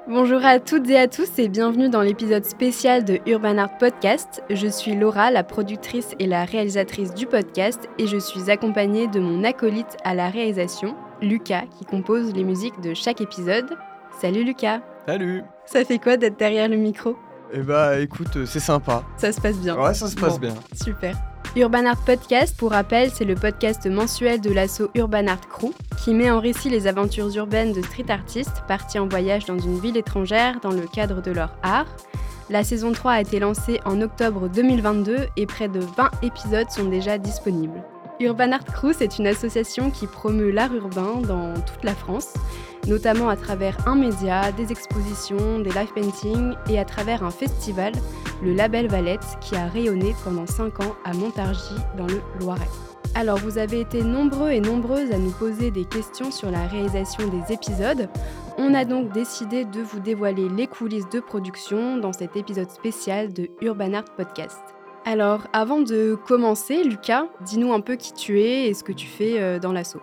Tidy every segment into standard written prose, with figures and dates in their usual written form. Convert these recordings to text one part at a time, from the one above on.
Bonjour à toutes et à tous et bienvenue dans l'épisode spécial de Urban Art Podcast. Je suis Laura, la productrice et la réalisatrice du podcast et je suis accompagnée de mon acolyte à la réalisation, Lucas, qui compose les musiques de chaque épisode. Salut Lucas. Salut. Ça fait quoi d'être derrière le micro ? Eh bah écoute, c'est sympa. Ça se passe bien. Ouais, ça se passe bien. Super. Urban Art Podcast, pour rappel, c'est le podcast mensuel de l'asso Urban Art Crew qui met en récit les aventures urbaines de street artistes partis en voyage dans une ville étrangère dans le cadre de leur art. La saison 3 a été lancée en octobre 2022 et près de 20 épisodes sont déjà disponibles. Urban Art Crew, c'est une association qui promeut l'art urbain dans toute la France, notamment à travers un média, des expositions, des live paintings et à travers un festival, le Label Valette, qui a rayonné pendant 5 ans à Montargis dans le Loiret. Alors vous avez été nombreux et nombreuses à nous poser des questions sur la réalisation des épisodes. On a donc décidé de vous dévoiler les coulisses de production dans cet épisode spécial de Urban Art Podcast. Alors avant de commencer, Lucas, dis-nous un peu qui tu es et ce que tu fais dans l'asso.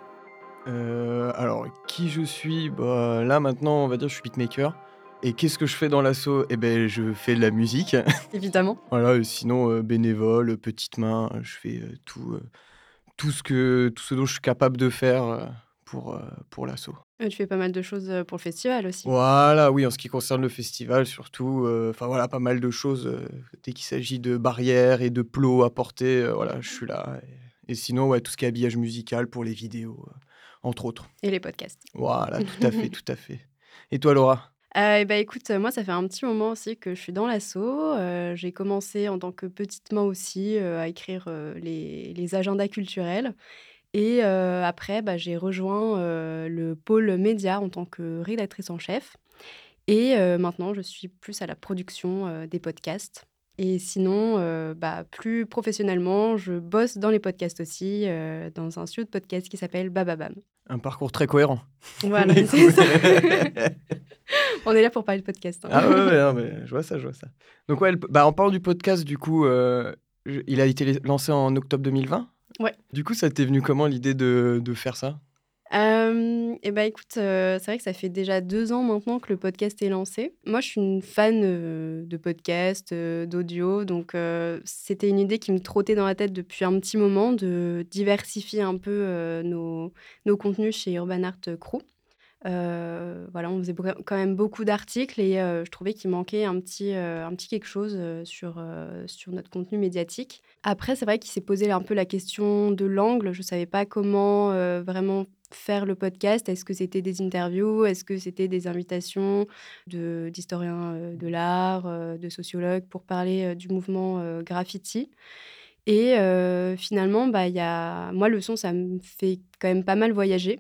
Alors, qui je suis? Bah, là, maintenant, on va dire, je suis beatmaker. Et qu'est-ce que je fais dans l'asso? Eh ben, je fais de la musique. Évidemment. Voilà, sinon, bénévole, petite main, je fais tout ce dont je suis capable de faire pour l'asso. Tu fais pas mal de choses pour le festival aussi. Voilà, oui, en ce qui concerne le festival, surtout, enfin voilà, pas mal de choses. Dès qu'il s'agit de barrières et de plots à porter, voilà, je suis là. Et sinon, ouais, tout ce qui est habillage musical pour les vidéos, entre autres. Et les podcasts. Voilà, tout à fait, tout à fait. Et toi, Laura? Et bah, écoute, moi, ça fait un petit moment aussi que je suis dans l'asso. J'ai commencé en tant que petite main aussi, à écrire, les agendas culturels et après, bah, j'ai rejoint, le pôle média en tant que rédactrice en chef et maintenant je suis plus à la production, des podcasts et sinon, bah, plus professionnellement, je bosse dans les podcasts aussi, dans un studio de podcast qui s'appelle Bababam. Un parcours très cohérent. Voilà, Cool. c'est ça. On est là pour parler de podcast, hein. Ah ouais, ouais, non, mais je vois ça, je vois ça. Donc ouais, bah, en parlant du podcast, du coup, il a été lancé en octobre 2020? Ouais. Du coup, ça t'est venu comment l'idée de faire ça? Et bah, écoute, c'est vrai que ça fait déjà 2 ans maintenant que le podcast est lancé. Moi, je suis une fan, de podcasts, d'audio, donc c'était une idée qui me trottait dans la tête depuis un petit moment de diversifier un peu, nos contenus chez Urban Art Crew. Voilà, on faisait quand même beaucoup d'articles et je trouvais qu'il manquait un petit quelque chose, sur notre contenu médiatique. Après, c'est vrai qu'il s'est posé un peu la question de l'angle. Je ne savais pas comment, vraiment faire le podcast. Est-ce que c'était des interviews? Est-ce que c'était des invitations d'historiens, de l'art, de sociologues pour parler, du mouvement, graffiti? Et finalement, bah, il y a moi, le son, ça me fait quand même pas mal voyager.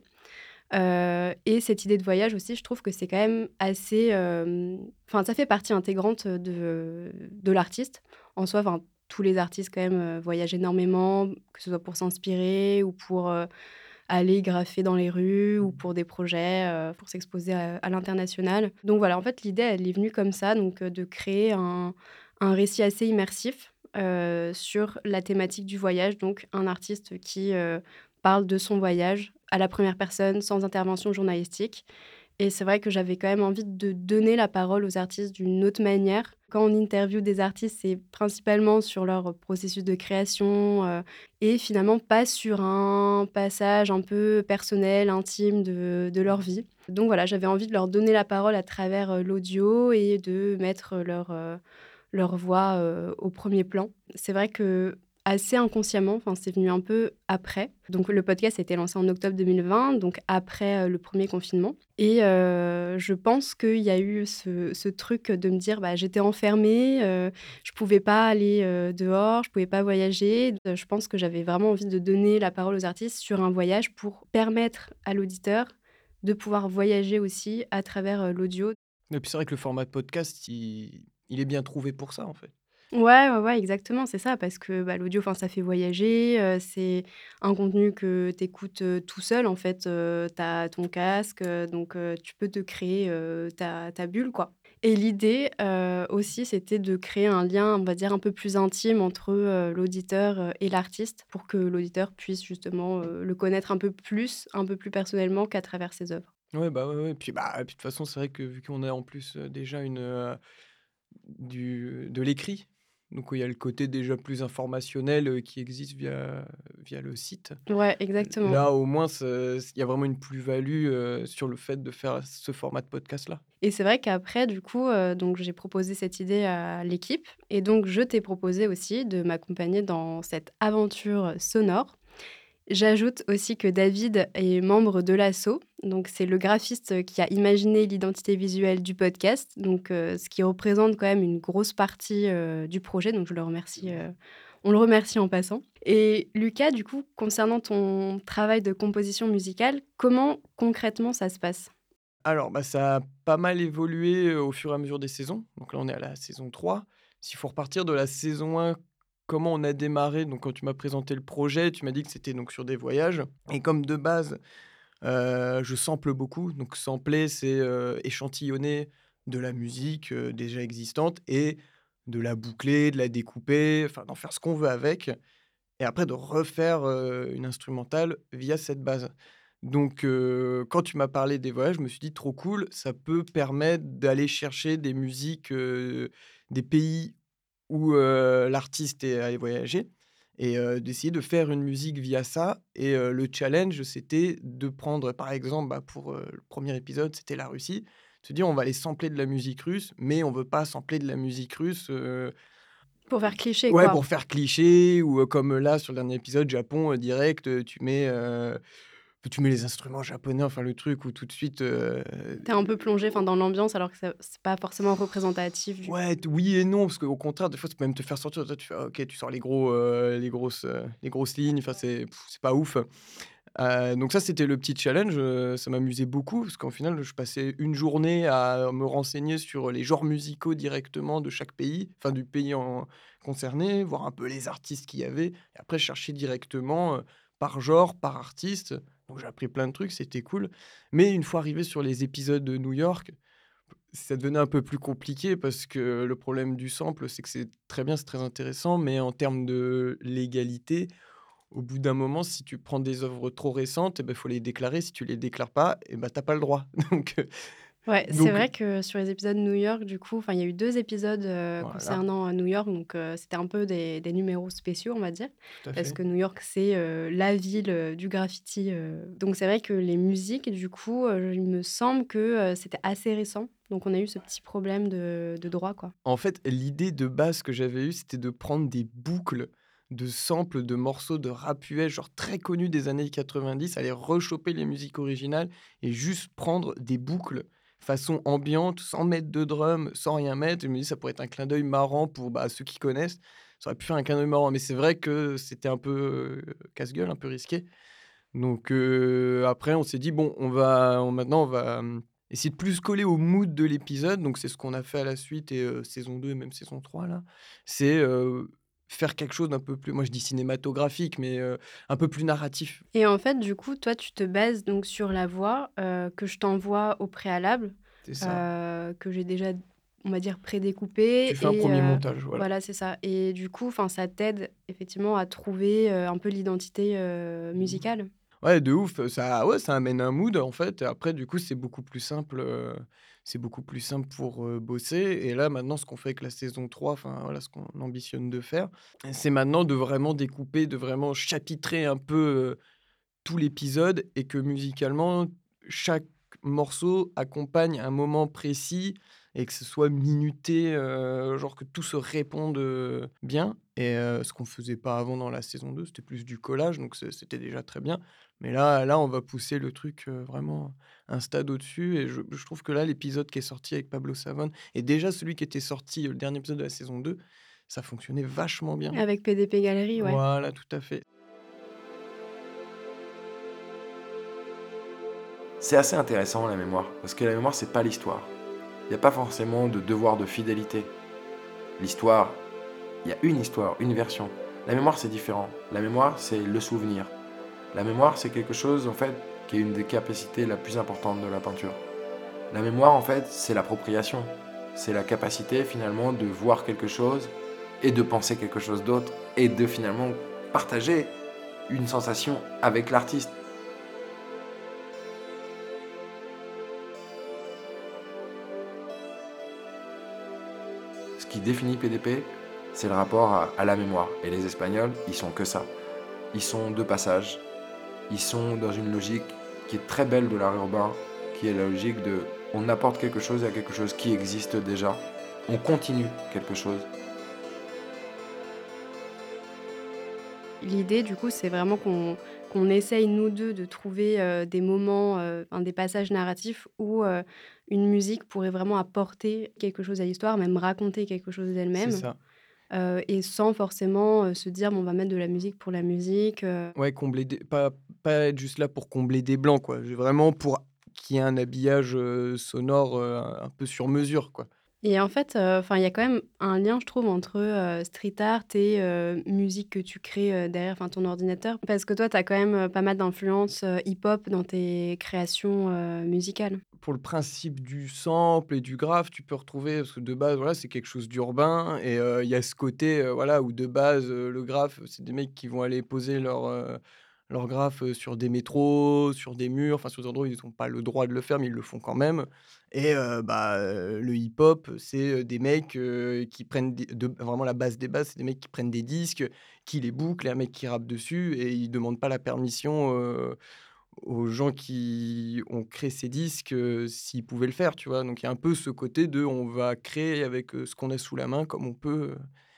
Et cette idée de voyage aussi, je trouve que c'est quand même assez, enfin, ça fait partie intégrante de l'artiste. En soi, enfin, tous les artistes quand même, voyagent énormément, que ce soit pour s'inspirer ou pour, aller graffer dans les rues ou pour des projets, pour s'exposer à l'international. Donc voilà, en fait, l'idée, elle est venue comme ça, donc de créer un récit assez immersif, sur la thématique du voyage. Donc un artiste qui, parle de son voyage à la première personne, sans intervention journalistique. Et c'est vrai que j'avais quand même envie de donner la parole aux artistes d'une autre manière. Quand on interviewe des artistes, c'est principalement sur leur processus de création, et finalement pas sur un passage un peu personnel, intime de leur vie. Donc voilà, j'avais envie de leur donner la parole à travers, l'audio et de mettre leur voix, au premier plan. C'est vrai que assez inconsciemment, enfin, c'est venu un peu après. Donc le podcast a été lancé en octobre 2020, donc après, le premier confinement et je pense qu'il y a eu ce truc de me dire: «Bah, j'étais enfermée, je pouvais pas aller, dehors, je pouvais pas voyager». Je pense que j'avais vraiment envie de donner la parole aux artistes sur un voyage pour permettre à l'auditeur de pouvoir voyager aussi à travers, l'audio. Et puis c'est vrai que le format de podcast, il est bien trouvé pour ça, en fait. Ouais, ouais, ouais, exactement, c'est ça, parce que, bah, l'audio, enfin, ça fait voyager, c'est un contenu que tu écoutes, tout seul, en fait, tu as ton casque, donc tu peux te créer, ta bulle, quoi. Et l'idée, aussi, c'était de créer un lien, on va dire, un peu plus intime entre, l'auditeur, et l'artiste pour que l'auditeur puisse justement, le connaître un peu plus personnellement qu'à travers ses œuvres. Ouais, bah, ouais, ouais, puis de toute façon, c'est vrai que vu qu'on a en plus, déjà de l'écrit, donc il y a le côté déjà plus informationnel, qui existe via le site. Ouais, exactement. Là, au moins, il y a vraiment une plus-value, sur le fait de faire ce format de podcast-là. Et c'est vrai qu'après du coup, donc j'ai proposé cette idée à l'équipe et donc je t'ai proposé aussi de m'accompagner dans cette aventure sonore. J'ajoute aussi que David est membre de l'asso, donc c'est le graphiste qui a imaginé l'identité visuelle du podcast, donc ce qui représente quand même une grosse partie, du projet, donc je le remercie, on le remercie en passant. Et Lucas, du coup, concernant ton travail de composition musicale, comment concrètement ça se passe? Alors, bah, ça a pas mal évolué, au fur et à mesure des saisons. Donc là, on est à la saison 3. S'il faut repartir de la saison 1, comment on a démarré, donc quand tu m'as présenté le projet, tu m'as dit que c'était donc sur des voyages et comme de base, je sample beaucoup. Donc sampler, c'est, échantillonner de la musique, déjà existante et de la boucler, de la découper, enfin d'en faire ce qu'on veut avec et après de refaire, une instrumentale via cette base. Donc quand tu m'as parlé des voyages, je me suis dit: «Trop cool, ça peut permettre d'aller chercher des musiques, des pays où, l'artiste est allé voyager et d'essayer de faire une musique via ça et le challenge, c'était de prendre, par exemple, bah, pour, le premier épisode, c'était la Russie. Se dire: «On va aller sampler de la musique russe, mais on veut pas sampler de la musique russe, Pour faire cliché, ouais, quoi. pour faire cliché ou, comme là, sur le dernier épisode, Japon, direct, tu mets les instruments japonais, enfin le truc où tout de suite, Tu es un peu plongé, enfin, dans l'ambiance alors que ça c'est pas forcément représentatif du ouais, t oui et non, parce qu'au contraire, des fois, ça peut même te faire sortir. Toi, tu fais: «Ah OK», tu sors les grosses lignes, enfin, c'est pas ouf. Donc ça, c'était le petit challenge, ça m'amusait beaucoup parce qu'en final, je passais une journée à me renseigner sur les genres musicaux directement de chaque pays, enfin du pays en concerné, voir un peu les artistes qu'il y avait et après chercher directement, par genre, par artiste. Donc j'ai appris plein de trucs, c'était cool. Mais une fois arrivé sur les épisodes de New York, ça devenait un peu plus compliqué parce que le problème du sample, c'est que c'est très bien, c'est très intéressant, mais en termes de légalité, au bout d'un moment, si tu prends des œuvres trop récentes, il faut les déclarer. Si tu les déclares pas, tu pas le droit. Ouais, c'est Donc vrai que sur les épisodes New York, du coup, enfin, il y a eu 2 épisodes, voilà, concernant, New York, donc c'était un peu des numéros spéciaux, on va dire. tout à Parce fait. que New York, c'est, la ville, du graffiti, donc c'est vrai que les musiques, du coup, il me semble que, c'était assez récent, donc on a eu ce petit problème de droit, quoi. En fait, l'idée de base que j'avais eue, c'était de prendre des boucles de samples de morceaux de rap US, genre très connus des années 90, aller rechoper les musiques originales et juste prendre des boucles façon ambiante, sans mettre de drum, sans rien mettre. Je me dis: «Ça pourrait être un clin d'œil marrant pour, bah, ceux qui connaissent». Ça aurait pu faire un clin d'œil marrant, mais c'est vrai que c'était un peu, casse-gueule, un peu risqué. Donc après on s'est dit: «Bon, maintenant on va, essayer de plus coller au mood de l'épisode». Donc c'est ce qu'on a fait à la suite et saison 2 et même saison 3 là. C'est, faire quelque chose d'un peu plus, moi je dis cinématographique, mais un peu plus narratif. Et en fait, du coup, toi, tu te bases donc sur la voix, que je t'envoie au préalable, C'est ça. que j'ai déjà, on va dire, prédécoupée Tu fais un et premier montage, voilà. voilà, c'est ça et du coup, enfin, ça t'aide effectivement à trouver, un peu l'identité, musicale? Ouais, de ouf, ça ouais, ça amène un mood, en fait et après du coup, c'est beaucoup plus simple pour, bosser et là, maintenant, ce qu'on fait avec la saison 3, enfin, voilà, ce qu'on ambitionne de faire, c'est maintenant de vraiment découper, de vraiment chapitrer un peu, tout l'épisode et que musicalement, chaque morceau accompagne un moment précis et que ce soit minuté, genre que tout se réponde, bien et ce qu'on faisait pas avant dans la saison 2, c'était plus du collage donc c'était déjà très bien. Mais là, on va pousser le truc, vraiment un stade au-dessus et je trouve que là, l'épisode qui est sorti avec Pablo Savone et déjà celui qui était sorti, le dernier épisode de la saison 2, ça fonctionnait vachement bien. Avec PDP Galerie, ouais. Voilà, tout à fait. C'est assez intéressant la mémoire, parce que la mémoire, c'est pas l'histoire. Il n'y a pas forcément de devoir de fidélité. L'histoire, il y a une histoire, une version. La mémoire, c'est différent. La mémoire, c'est le souvenir. La mémoire, c'est quelque chose, en fait, qui est une des capacités la plus importante de la peinture. La mémoire, en fait, c'est l'appropriation. C'est la capacité, finalement, de voir quelque chose et de penser quelque chose d'autre et de, finalement, partager une sensation avec l'artiste. Ce qui définit PDP, c'est le rapport à la mémoire. Et les Espagnols, ils sont que ça. Ils sont de passage. Ils sont dans une logique qui est très belle de l'art urbain, qui est la logique de on apporte quelque chose à quelque chose qui existe déjà. On continue quelque chose. L'idée, du coup, c'est vraiment qu'on essaye, nous deux, de trouver des moments, enfin, des passages narratifs où une musique pourrait vraiment apporter quelque chose à l'histoire, même raconter quelque chose C'est d'elle-même, ça. et sans forcément se dire, bon, on va mettre de la musique pour la musique. Ouais, combler des pas être juste là pour combler des blancs, quoi. Vraiment pour qu'il y ait un habillage, sonore, un peu sur mesure, quoi. Et en fait, enfin, il y a quand même un lien, je trouve, entre street art et musique que tu crées derrière, enfin, ton ordinateur. Parce que toi, tu as quand même pas mal d'influences hip-hop dans tes créations musicales. Pour le principe du sample et du graphe, tu peux retrouver parce que de base, voilà, c'est quelque chose d'urbain et il y a ce côté, voilà, où de base, le graphe, c'est des mecs qui vont aller poser leur graphe, sur des métros, sur des murs, enfin sur des endroits où ils ont pas le droit de le faire, mais ils le font quand même et le hip-hop, c'est, des mecs, qui prennent des de vraiment la base des bases, c'est des mecs qui prennent des disques, qui les bouclent et un mec qui rappe dessus et ils demandent pas la permission, aux gens qui ont créé ces disques, s'ils pouvaient le faire, tu vois? Donc il y a un peu ce côté de on va créer avec, ce qu'on a sous la main comme on peut,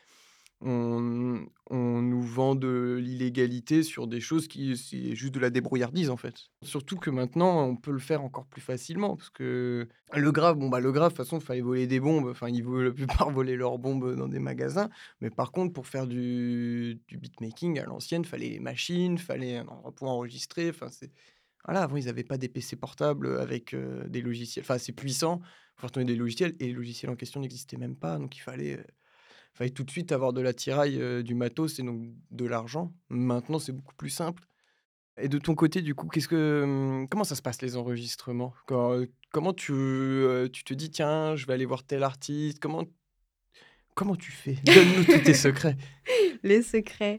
on nous vend de l'illégalité sur des choses qui c'est juste de la débrouillardise, en fait. Surtout que maintenant, on peut le faire encore plus facilement parce que le grave, de toute façon, il fallait voler des bombes, enfin, ils vo la plupart volaient leurs bombes dans des magasins. Mais par contre, pour faire du beatmaking à l'ancienne, fallait les machines, fallait un endroit pour enregistrer, enfin, c'est voilà, avant, ils avaient pas des PC portables, avec, des logiciels enfin, assez puissants. Faut retourner des logiciels et les logiciels en question n'existaient même pas, donc il fallait tout de suite avoir de l'attirail, du matos et donc de l'argent. Maintenant, c'est beaucoup plus simple et de ton côté, du coup, comment ça se passe les enregistrements? Comment tu te dis: «Tiens, je vais aller voir tel artiste», comment tu fais? Donne-nous tous tes secrets. Les secrets.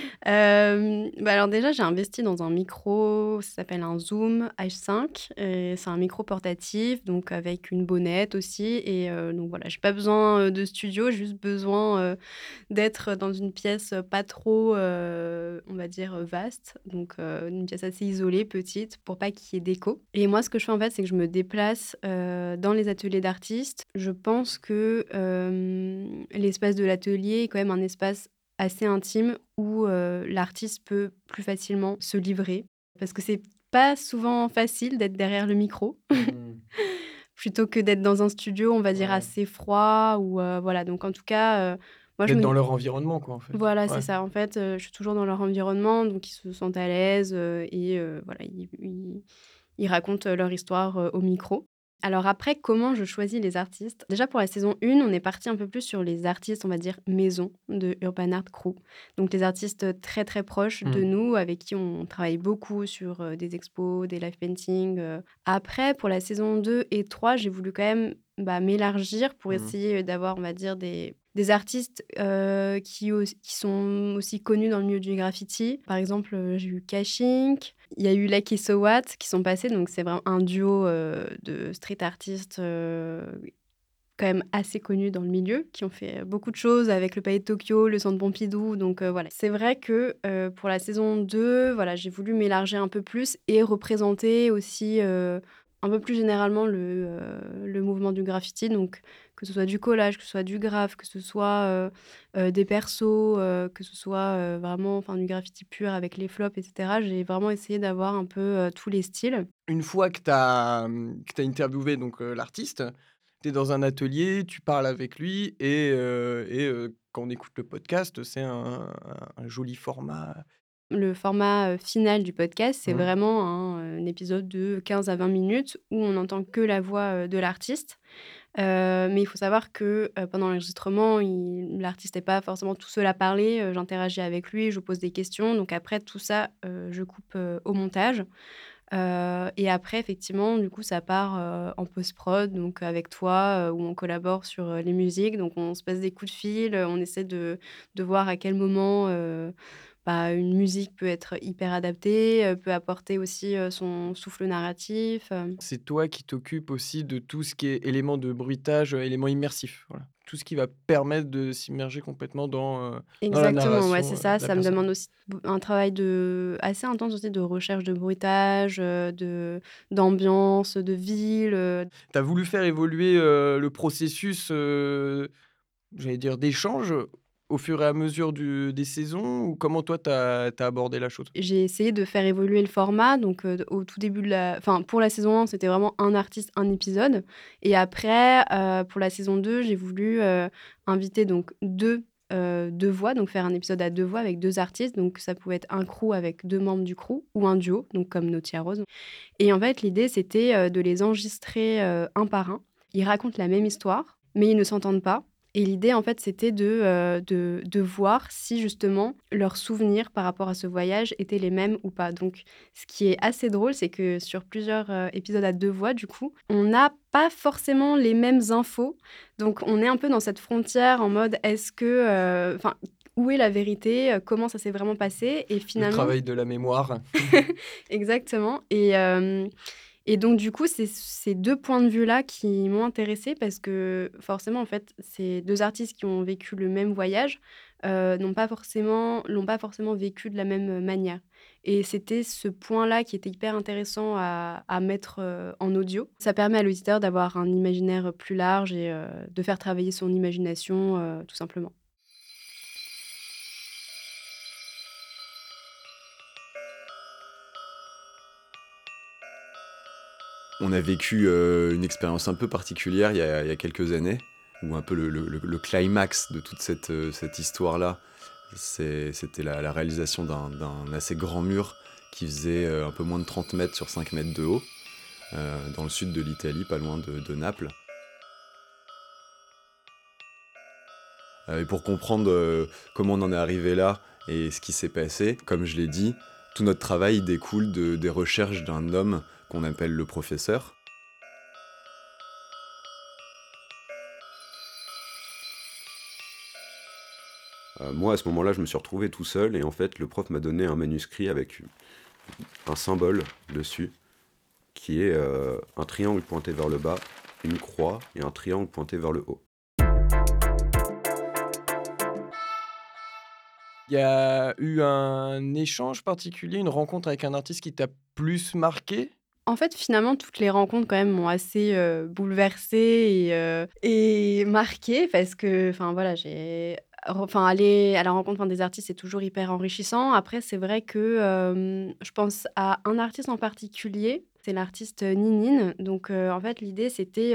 Bah, alors déjà, j'ai investi dans un micro, ça s'appelle un Zoom H5 et c'est un micro portatif, donc avec une bonnette aussi et donc voilà, j'ai pas besoin, de studio, j'ai juste besoin, d'être dans une pièce, pas trop, on va dire, vaste, donc une pièce assez isolée, petite, pour pas qu'il y ait d'écho et moi, ce que je fais, en fait, c'est que je me déplace, dans les ateliers d'artistes. Je pense que, l'espace de l'atelier est quand même un espace assez intime où, l'artiste peut plus facilement se livrer. Parce que c'est pas souvent facile d'être derrière le micro, Mmh. plutôt que d'être dans un studio, on va dire, Ouais. assez froid ou, voilà. Donc en tout cas, moi je D'être me dans leur environnement, quoi, en fait. voilà, c'est Ouais. ça. En fait, je suis toujours dans leur environnement, donc ils se sentent à l'aise, et voilà, ils racontent, leur histoire, au micro. Alors après, comment je choisis les artistes? Déjà pour la saison 1, on est parti un peu plus sur les artistes, on va dire, maison de Urban Art Crew. Donc les artistes, très, très proches de Mmh. nous, avec qui on travaille beaucoup sur, des expos, des live paintings. Après pour la saison 2 et 3, j'ai voulu quand même, bah, m'élargir pour Mmh. essayer, d'avoir, on va dire, des artistes, qui sont aussi connus dans le milieu du graffiti. Par exemple, j'ai eu Kashink, il y a eu Lucky So What qui sont passés, donc c'est vraiment un duo, de street artistes, quand même assez connus dans le milieu, qui ont fait beaucoup de choses avec le Palais de Tokyo, le Centre Pompidou, donc voilà. C'est vrai que, pour la saison 2, voilà, j'ai voulu m'élargir un peu plus et représenter aussi, un peu plus généralement le mouvement du graffiti, donc que ce soit du collage, que ce soit du graphe, que ce soit, des persos, que ce soit, vraiment enfin du graffiti pur avec les flops et cetera. J'ai vraiment essayé d'avoir un peu, tous les styles. Une fois que tu as, interviewé donc l'artiste, tu es dans un atelier, tu parles avec lui quand on écoute le podcast, c'est un joli format. Le format, final du podcast, c'est Mmh. vraiment un épisode de 15 à 20 minutes où on n'entend que la voix, de l'artiste. Mais il faut savoir que, pendant l'enregistrement, l'artiste n'est pas forcément tout seul à parler, j'interagis avec lui, je lui pose des questions. Donc après tout ça, je coupe, au montage. Et après effectivement, du coup, ça part, en post-prod, donc avec toi, où on collabore sur, les musiques. Donc on se passe des coups de fil, on essaie de voir à quel moment, une musique peut être hyper adaptée, peut apporter aussi, son souffle narratif. C'est toi qui t'occupes aussi de tout ce qui est éléments de bruitage, éléments immersifs, voilà. Tout ce qui va permettre de s'immerger complètement dans la Exactement, ouais, c'est narration, ça. de la Ça me personne. demande aussi un travail assez intense aussi de recherche de bruitage, d'ambiance, de ville, Tu as voulu faire évoluer, le processus, j'allais dire d'échange, au fur et à mesure des saisons ou comment toi tu as abordé la chose? J'ai essayé de faire évoluer le format, donc au tout début pour la saison 1, c'était vraiment un artiste, un épisode et après, pour la saison 2, j'ai voulu, inviter donc 2 voix, donc faire un épisode à 2 voix avec 2 artistes, donc ça pouvait être un crew avec 2 membres du crew ou un duo, donc comme Naughty Rose et en fait, l'idée, c'était, de les enregistrer, un par un. Ils racontent la même histoire, mais ils ne s'entendent pas et l'idée, en fait, c'était de voir si justement leurs souvenirs par rapport à ce voyage étaient les mêmes ou pas. Donc ce qui est assez drôle, c'est que sur plusieurs, épisodes à 2 voix, du coup, on n'a pas forcément les mêmes infos. Donc on est un peu dans cette frontière en mode est-ce que, où est la vérité? Comment ça s'est vraiment passé? Et Le finalement travail de la mémoire. exactement et donc du coup, c'est ces 2 points de vue-là qui m'ont intéressée parce que forcément, en fait, ces 2 artistes qui ont vécu le même voyage, l'ont pas forcément vécu de la même manière et c'était ce point-là qui était hyper intéressant à mettre, en audio. Ça permet à l'auditeur d'avoir un imaginaire plus large et de faire travailler son imagination, tout simplement. On a vécu une expérience un peu particulière il y a quelques années, où un peu le climax de toute cette histoire-là, c'était la réalisation d'un assez grand mur qui faisait un peu moins de 30 mètres sur 5 mètres de haut, dans le sud de l'Italie, pas loin de Naples. Et pour comprendre comment on en est arrivé là et ce qui s'est passé, comme je l'ai dit, tout notre travail découle des recherches d'un homme qu'on appelle le professeur. Moi, à ce moment-là, je me suis retrouvé tout seul et en fait, le prof m'a donné un manuscrit avec un symbole dessus qui est un triangle pointé vers le bas, une croix et un triangle pointé vers le haut. Il y a eu un échange particulier, une rencontre avec un artiste qui t'a plus marqué? En fait, finalement, toutes les rencontres quand même m'ont assez, bouleversée et marquée parce que, enfin, voilà, aller à la rencontre, des artistes, c'est toujours hyper enrichissant. Après, c'est vrai que, je pense à un artiste en particulier, c'est l'artiste, Ninine. Donc, en fait, l'idée, c'était,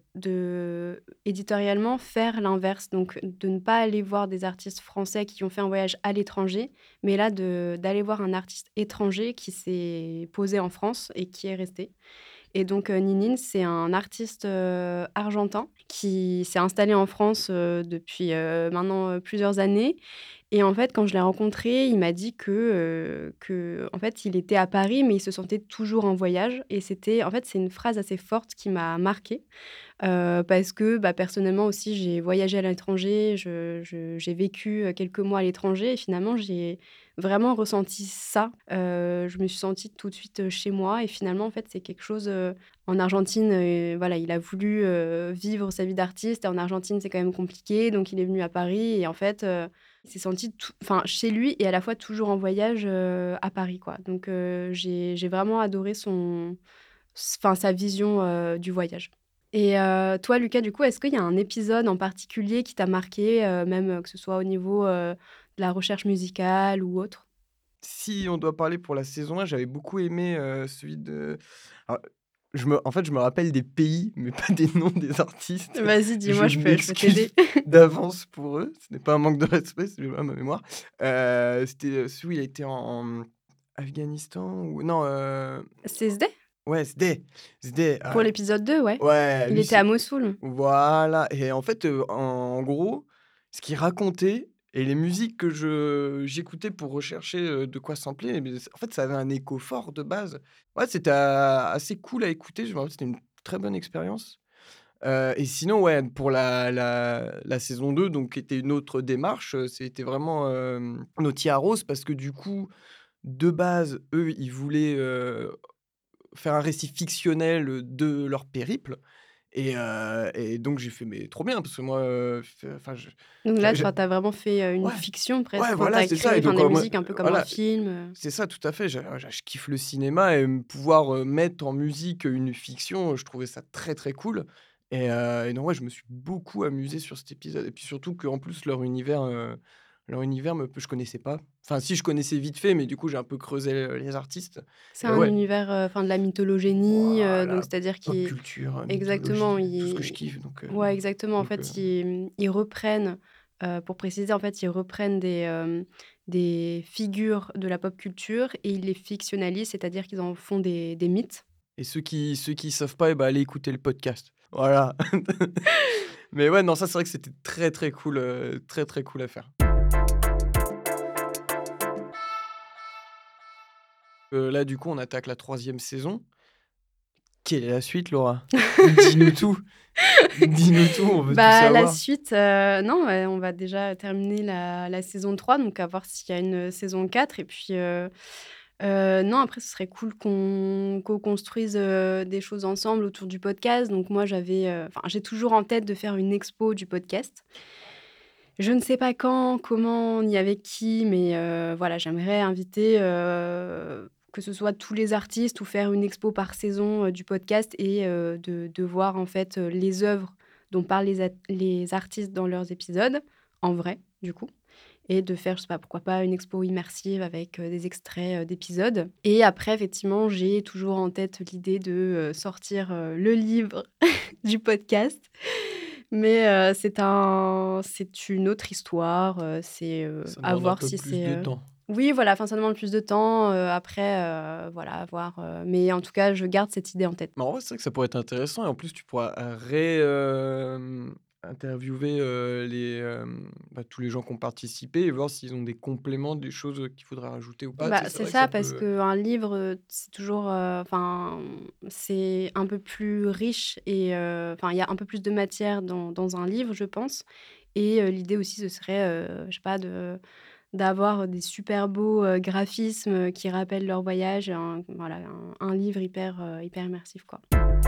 de éditorialement faire l'inverse, donc de ne pas aller voir des artistes français qui ont fait un voyage à l'étranger, mais là d'aller voir un artiste étranger qui s'est posé en France et qui est resté et donc Ninine, c'est un artiste, argentin qui s'est installé en France, depuis, maintenant, plusieurs années et en fait, quand je l'ai rencontré, il m'a dit en fait, il était à Paris, mais il se sentait toujours en voyage et c'est une phrase assez forte qui m'a marquée. Parce que, personnellement aussi, j'ai voyagé à l'étranger, j'ai vécu, quelques mois à l'étranger et finalement, j'ai vraiment ressenti ça. Je me suis sentie tout de suite, chez moi et finalement, en fait, c'est quelque chose, en Argentine, voilà, il a voulu, vivre sa vie d'artiste et en Argentine, c'est quand même compliqué, donc il est venu à Paris et en fait, il s'est senti chez lui et à la fois toujours en voyage, à Paris, quoi. Donc j'ai vraiment adoré sa vision, du voyage. Et toi, Lucas, du coup, est-ce qu'il y a un épisode en particulier qui t'a marqué, même, que ce soit au niveau, de la recherche musicale ou autre? Si on doit parler pour la saison 1, j'avais beaucoup aimé, celui de alors, en fait, je me rappelle des pays, mais pas des noms des artistes. Vas-y, Je dis-moi, je peux m'excuse t'aider. d'avance pour eux. Ce n'est pas un manque de respect, c'est juste ma mémoire. C'était, celui où il a été en Afghanistan ou non, C'est Sdé? ouais, Zde, Pour l'épisode 2, ouais. ouais, Il lui, était à c'est Mossoul. voilà et en fait, en gros, ce qu'il racontait et les musiques que j'écoutais pour rechercher, de quoi sampler, mais en fait, ça avait un écho fort de base. Ouais, c'était assez cool à écouter, je me rappelle, c'était une très bonne expérience. Et sinon, ouais, pour la saison 2, donc qui était une autre démarche, c'était vraiment, Naughty Rose parce que du coup, de base, eux, ils voulaient, faire un récit fictionnel, de leur périple et donc j'ai fait: «Mais trop bien!» parce que moi, enfin je Donc là, j'a tu as vraiment fait, une ouais, fiction ouais, presque, enfin tu voilà, as c'est ça créé, et donc des moi musiques un peu comme un voilà, film. c'est ça, tout à fait. Je kiffe le cinéma et pouvoir, mettre en musique, une fiction, je trouvais ça très, très cool et donc ouais, je me suis beaucoup amusé sur cet épisode et puis surtout qu'en plus leur univers je connaissais pas. Enfin si, je connaissais vite fait, mais du coup, j'ai un peu creusé, les artistes C'est et un ouais, univers, enfin de la mythologénie, donc voilà, c'est-à-dire pop qu'ils culture, exactement, mythologie, tout ce que je ils kiffe donc ouais, exactement. En donc fait, ils reprennent, pour préciser, en fait, ils reprennent des figures de la pop culture et ils les fictionnalisent, c'est-à-dire qu'ils en font des mythes. et ceux qui savent pas, et bah, allez écouter le podcast. Voilà. Mais ouais, non, ça, c'est vrai que c'était très, très cool, très, très cool à faire. Là, du coup, on attaque la 3e saison. Quelle est la suite, Laura? Dis-nous tout. Dis-nous tout, on veut tout Bah, la savoir. suite, non, on va déjà terminer la saison 3, donc à voir s'il y a une saison 4 et puis, non, après ce serait cool qu'on co-construise, des choses ensemble autour du podcast. Donc moi j'avais, enfin j'ai toujours en tête de faire une expo du podcast. Je ne sais pas quand, comment, ni avec qui, mais voilà, j'aimerais inviter, que ce soit tous les artistes ou faire une expo par saison, du podcast et de voir en fait, les œuvres dont parlent les artistes dans leurs épisodes, en vrai, du coup et de faire, je sais pas, pourquoi pas une expo immersive avec, des extraits, d'épisodes et après effectivement, j'ai toujours en tête l'idée de, sortir, le livre du podcast mais c'est une autre histoire, c'est, Ça à demande un voir peu si plus c'est, de temps. oui, voilà, enfin, ça demande plus de temps, après, voilà, à voir, mais en tout cas, je garde cette idée en tête. Mais en vrai, c'est vrai que ça pourrait être intéressant et en plus, tu pourras, interviewer, tous les gens qui ont participé et voir s'ils ont des compléments, des choses, qu'il faudrait rajouter ou pas. Tu Bah, sais, c'est c'est vrai que ça ça parce peut qu'un livre, c'est toujours, enfin, c'est un peu plus riche et enfin, il y a un peu plus de matière dans un livre, je pense et l'idée aussi, ce serait, je sais pas, d'avoir des super beaux, graphismes, qui rappellent leur voyage, voilà, un livre hyper immersif, quoi.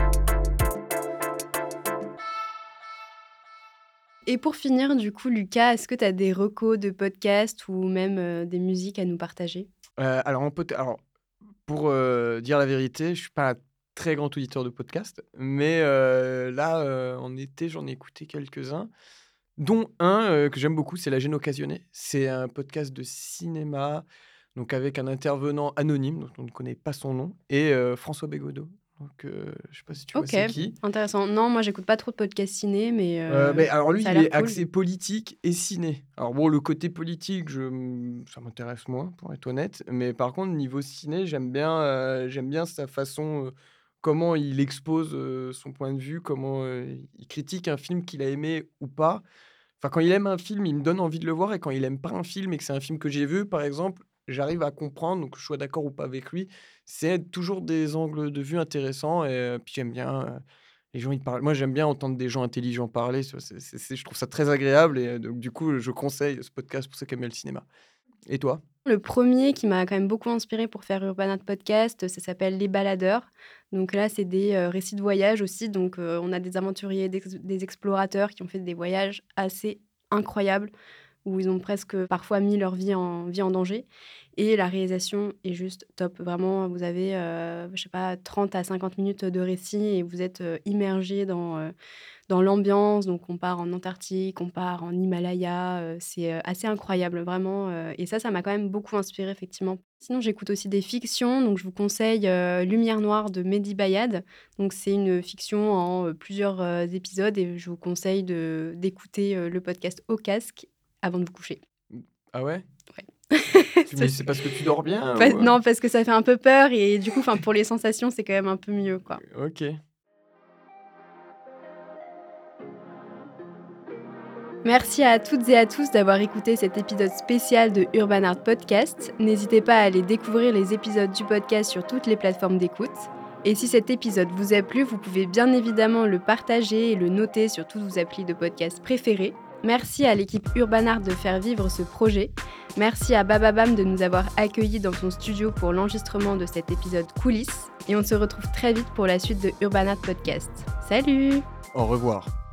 Et pour finir, du coup, Lucas, est-ce que tu as des recos de podcasts ou même, des musiques à nous partager? alors pour, dire la vérité, je suis pas un très grand auditeur de podcast, mais là, en été, j'en ai écouté quelques-uns, dont un, que j'aime beaucoup, c'est La Gêne Occasionnée. C'est un podcast de cinéma, donc avec un intervenant anonyme dont on ne connaît pas son nom et François Bégodeau. Donc je sais pas si tu vois OK, c'est qui? intéressant. Non, moi, j'écoute pas trop de podcasts ciné, mais Beh, alors lui, ça a il l'air est cool. axé politique et ciné. Alors bon, le côté politique, ça m'intéresse moins, pour être honnête. Mais par contre, niveau ciné, j'aime bien sa façon, comment il expose, son point de vue, comment, il critique un film qu'il a aimé ou pas. Enfin, quand il aime un film, il me donne envie de le voir et quand il aime pas un film et que c'est un film que j'ai vu, par exemple, j'arrive à comprendre, donc que je sois d'accord ou pas avec lui. C'est toujours des angles de vue intéressants et puis j'aime bien, les gens ils parlent moi j'aime bien entendre des gens intelligents parler, tu vois? Je trouve ça très agréable et donc du coup, je conseille ce podcast pour ceux qui aiment bien le cinéma. Et toi? Le premier qui m'a quand même beaucoup inspiré pour faire Urban Art Podcast, ça s'appelle Les Baladeurs. Donc là, c'est des, récits de voyage aussi. Donc, on a des aventuriers, des explorateurs qui ont fait des voyages assez incroyables, où ils ont presque parfois mis leur vie en danger et la réalisation est juste top. Vraiment, vous avez, je sais pas, 30 à 50 minutes de récit et vous êtes, immergés dans l'ambiance. Donc on part en Antarctique, on part en Himalaya, c'est, assez incroyable vraiment, et ça m'a quand même beaucoup inspirée effectivement. Sinon, j'écoute aussi des fictions, donc je vous conseille, Lumière noire de Mehdi Bayad. Donc c'est une fiction en, plusieurs, épisodes et je vous conseille d'écouter, le podcast au casque avant de vous coucher. Mmh. Ah ouais? Ouais. Mais c'est parce que tu dors bien Pas ou? non, parce que ça fait un peu peur et du coup, enfin, pour les sensations, c'est quand même un peu mieux, quoi. OK. Merci à toutes et à tous d'avoir écouté cet épisode spécial de Urban Art Podcast. N'hésitez pas à aller découvrir les épisodes du podcast sur toutes les plateformes d'écoute. Et si cet épisode vous a plu, vous pouvez bien évidemment le partager et le noter sur toutes vos applis de podcast préférés. Merci à l'équipe Urban Art de faire vivre ce projet. Merci à Bababam de nous avoir accueillis dans son studio pour l'enregistrement de cet épisode coulisses. Et on se retrouve très vite pour la suite de Urban Art Podcast. Salut! Au revoir.